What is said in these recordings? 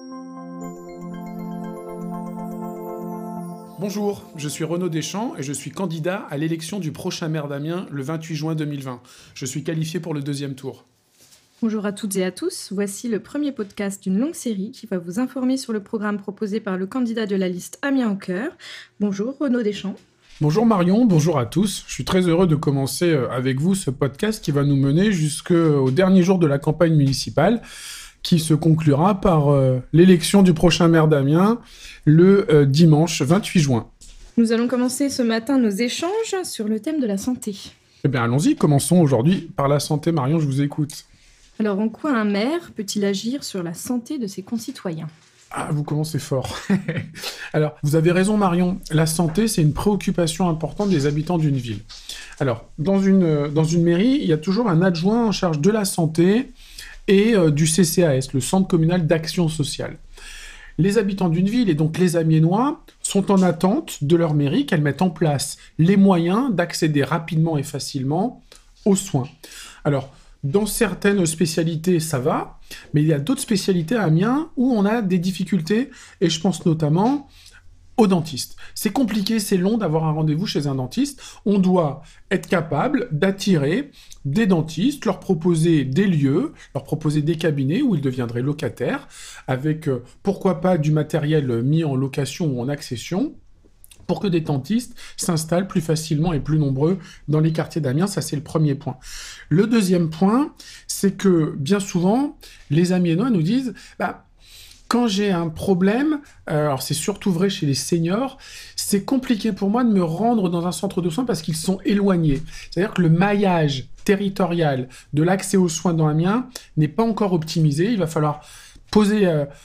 Bonjour, je suis Renaud Deschamps et je suis candidat à l'élection du prochain maire d'Amiens le 28 juin 2020. Je suis qualifié pour le deuxième tour. Bonjour à toutes et à tous, voici le premier podcast d'une longue série qui va vous informer sur le programme proposé par le candidat de la liste Amiens au cœur. Bonjour Renaud Deschamps. Bonjour Marion, bonjour à tous. Je suis très heureux de commencer avec vous ce podcast qui va nous mener jusqu'au dernier jour de la campagne municipale, qui se conclura par l'élection du prochain maire d'Amiens le dimanche 28 juin. Nous allons commencer ce matin nos échanges sur le thème de la santé. Eh bien, allons-y, commençons aujourd'hui par la santé. Marion, je vous écoute. Alors, en quoi un maire peut-il agir sur la santé de ses concitoyens ? Ah, vous commencez fort. Alors, vous avez raison Marion, la santé, c'est une préoccupation importante des habitants d'une ville. Alors, dans une mairie, il y a toujours un adjoint en charge de la santé et du CCAS, le Centre communal d'action sociale. Les habitants d'une ville, et donc les Amiénois, sont en attente de leur mairie qu'elle mette en place les moyens d'accéder rapidement et facilement aux soins. Alors, dans certaines spécialités, ça va, mais il y a d'autres spécialités à Amiens où on a des difficultés, et je pense notamment au dentiste. C'est compliqué, c'est long d'avoir un rendez-vous chez un dentiste. On doit être capable d'attirer des dentistes, leur proposer des lieux, leur proposer des cabinets où ils deviendraient locataires, avec pourquoi pas du matériel mis en location ou en accession, pour que des dentistes s'installent plus facilement et plus nombreux dans les quartiers d'Amiens. Ça, c'est le premier point. Le deuxième point, c'est que bien souvent, les Amiénois nous disent quand j'ai un problème, alors c'est surtout vrai chez les seniors, c'est compliqué pour moi de me rendre dans un centre de soins parce qu'ils sont éloignés. C'est-à-dire que le maillage territorial de l'accès aux soins dans Amiens n'est pas encore optimisé. Il va falloir poser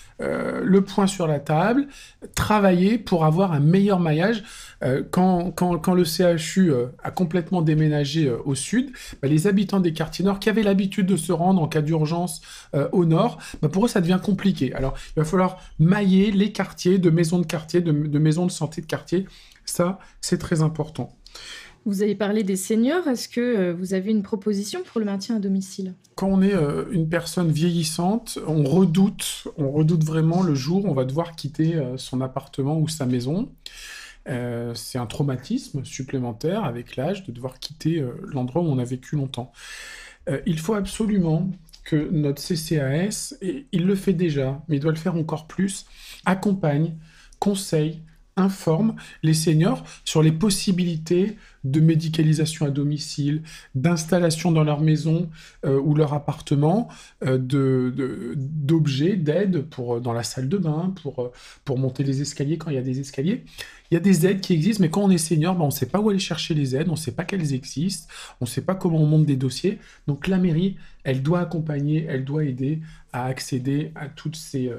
le point sur la table, travailler pour avoir un meilleur maillage. Quand le CHU a complètement déménagé au sud, les habitants des quartiers nord qui avaient l'habitude de se rendre en cas d'urgence au nord, pour eux ça devient compliqué. Alors il va falloir mailler les quartiers de maisons de quartier, de maisons de santé de quartier. Ça, c'est très important. Vous avez parlé des seniors, est-ce que vous avez une proposition pour le maintien à domicile ? Quand on est une personne vieillissante, on redoute vraiment le jour où on va devoir quitter son appartement ou sa maison. C'est un traumatisme supplémentaire avec l'âge de devoir quitter l'endroit où on a vécu longtemps. Il faut absolument que notre CCAS, et il le fait déjà, mais il doit le faire encore plus, accompagne, conseille, informe les seniors sur les possibilités de médicalisation à domicile, d'installation dans leur maison ou leur appartement, d'objets, d'aides dans la salle de bain, pour monter les escaliers quand il y a des escaliers. Il y a des aides qui existent, mais quand on est senior, on ne sait pas où aller chercher les aides, on ne sait pas qu'elles existent, on ne sait pas comment on monte des dossiers. Donc la mairie, elle doit accompagner, elle doit aider à accéder à tous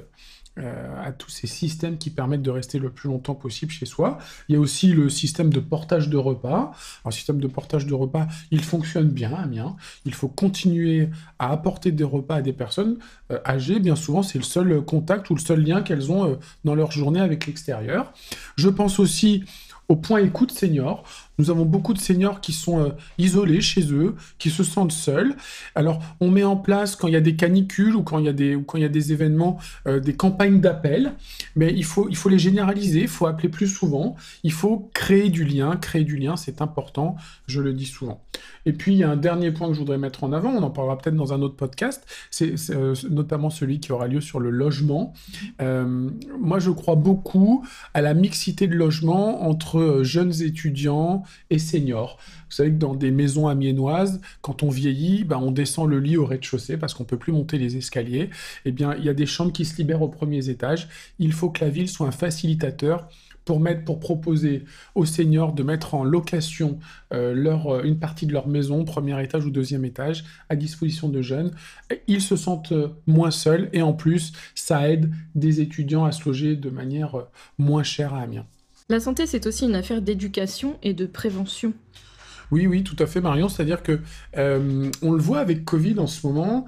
ces systèmes qui permettent de rester le plus longtemps possible chez soi. Il y a aussi le système de portage de repas. Alors, le système de portage de repas, il fonctionne bien à Amiens. Il faut continuer à apporter des repas à des personnes âgées. Bien souvent, c'est le seul contact ou le seul lien qu'elles ont dans leur journée avec l'extérieur. Je pense aussi au point écoute senior. Nous avons beaucoup de seniors qui sont isolés chez eux, qui se sentent seuls. Alors, on met en place, quand il y a des canicules ou quand il y a des événements, des campagnes d'appel, mais il faut les généraliser, il faut appeler plus souvent, il faut créer du lien, c'est important, je le dis souvent. Et puis, il y a un dernier point que je voudrais mettre en avant, on en parlera peut-être dans un autre podcast, c'est notamment celui qui aura lieu sur le logement. Moi, je crois beaucoup à la mixité de logement entre jeunes étudiants et seniors. Vous savez que dans des maisons amiénoises, quand on vieillit, on descend le lit au rez-de-chaussée parce qu'on ne peut plus monter les escaliers. Eh bien, il y a des chambres qui se libèrent aux premiers étages. Il faut que la ville soit un facilitateur pour proposer aux seniors de mettre en location une partie de leur maison, premier étage ou deuxième étage, à disposition de jeunes. Ils se sentent moins seuls et en plus, ça aide des étudiants à se loger de manière moins chère à Amiens. La santé, c'est aussi une affaire d'éducation et de prévention. Oui, tout à fait, Marion. C'est-à-dire que on le voit avec Covid en ce moment,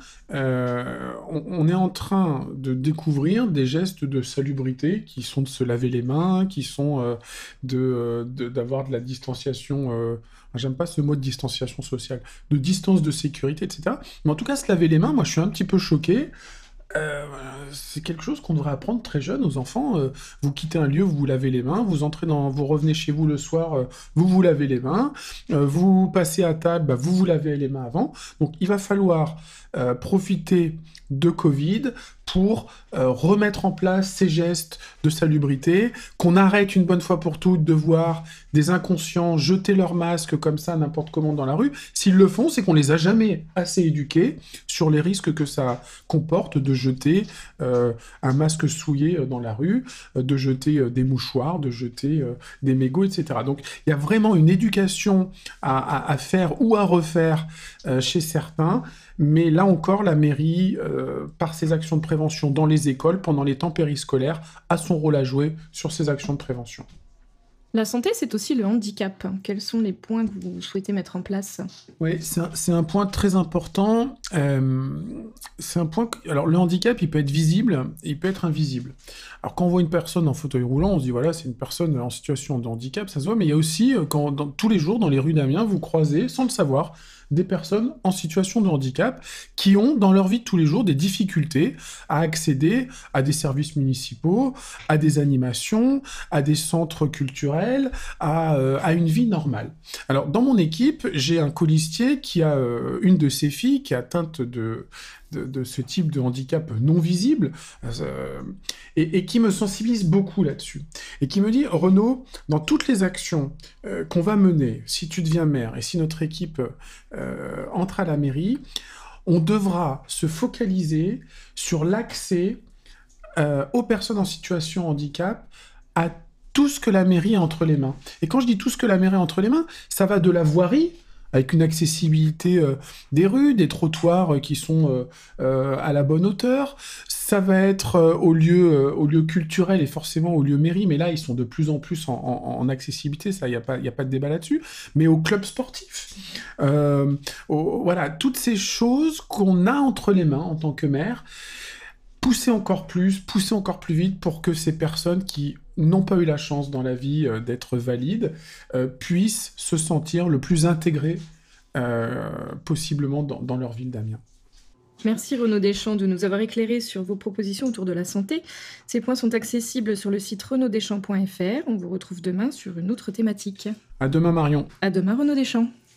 on est en train de découvrir des gestes de salubrité qui sont de se laver les mains, qui sont d'avoir de la distanciation. J'aime pas ce mot de distanciation sociale, de distance de sécurité, etc. Mais en tout cas, se laver les mains, moi, je suis un petit peu choqué. Euh, c'est quelque chose qu'on devrait apprendre très jeune aux enfants. Vous quittez un lieu, vous vous lavez les mains, vous revenez chez vous le soir, vous vous lavez les mains, vous passez à table, bah, vous vous lavez les mains avant. Donc il va falloir profiter de Covid pour remettre en place ces gestes de salubrité, qu'on arrête une bonne fois pour toutes de voir des inconscients jeter leur masque comme ça n'importe comment dans la rue. S'ils le font, c'est qu'on les a jamais assez éduqués sur les risques que ça comporte de jeter un masque souillé dans la rue, de jeter des mouchoirs, de jeter des mégots, etc. Donc il y a vraiment une éducation à faire ou à refaire chez certains. Mais là encore, la mairie, par ses actions de prévention dans les écoles, pendant les temps périscolaires, a son rôle à jouer sur ces actions de prévention. La santé, c'est aussi le handicap. Quels sont les points que vous souhaitez mettre en place ? Oui, c'est un point très important. C'est un point alors, le handicap, il peut être visible et il peut être invisible. Alors, quand on voit une personne en fauteuil roulant, on se dit, voilà, c'est une personne en situation de handicap, ça se voit, mais il y a aussi, tous les jours, dans les rues d'Amiens, vous croisez, sans le savoir, des personnes en situation de handicap qui ont, dans leur vie de tous les jours, des difficultés à accéder à des services municipaux, à des animations, à des centres culturels, à une vie normale. Alors, dans mon équipe, j'ai un colistier qui a une de ses filles qui est atteinte de ce type de handicap non visible et qui me sensibilise beaucoup là-dessus. Et qui me dit, Renaud, dans toutes les actions qu'on va mener, si tu deviens maire et si notre équipe entre à la mairie, on devra se focaliser sur l'accès aux personnes en situation de handicap à tout ce que la mairie a entre les mains. Et quand je dis tout ce que la mairie a entre les mains, ça va de la voirie, avec une accessibilité des rues, des trottoirs qui sont à la bonne hauteur. Ça va être aux lieux culturels et forcément aux lieux mairie, mais là, ils sont de plus en plus en accessibilité, ça, il n'y a pas de débat là-dessus, mais aux clubs sportifs. Voilà, toutes ces choses qu'on a entre les mains en tant que maire, pousser encore plus vite pour que ces personnes qui n'ont pas eu la chance dans la vie d'être valides puissent se sentir le plus intégrés possiblement dans leur ville d'Amiens. Merci Renaud Deschamps de nous avoir éclairé sur vos propositions autour de la santé. Ces points sont accessibles sur le site renauddeschamps.fr. On vous retrouve demain sur une autre thématique. À demain Marion. À demain Renaud Deschamps.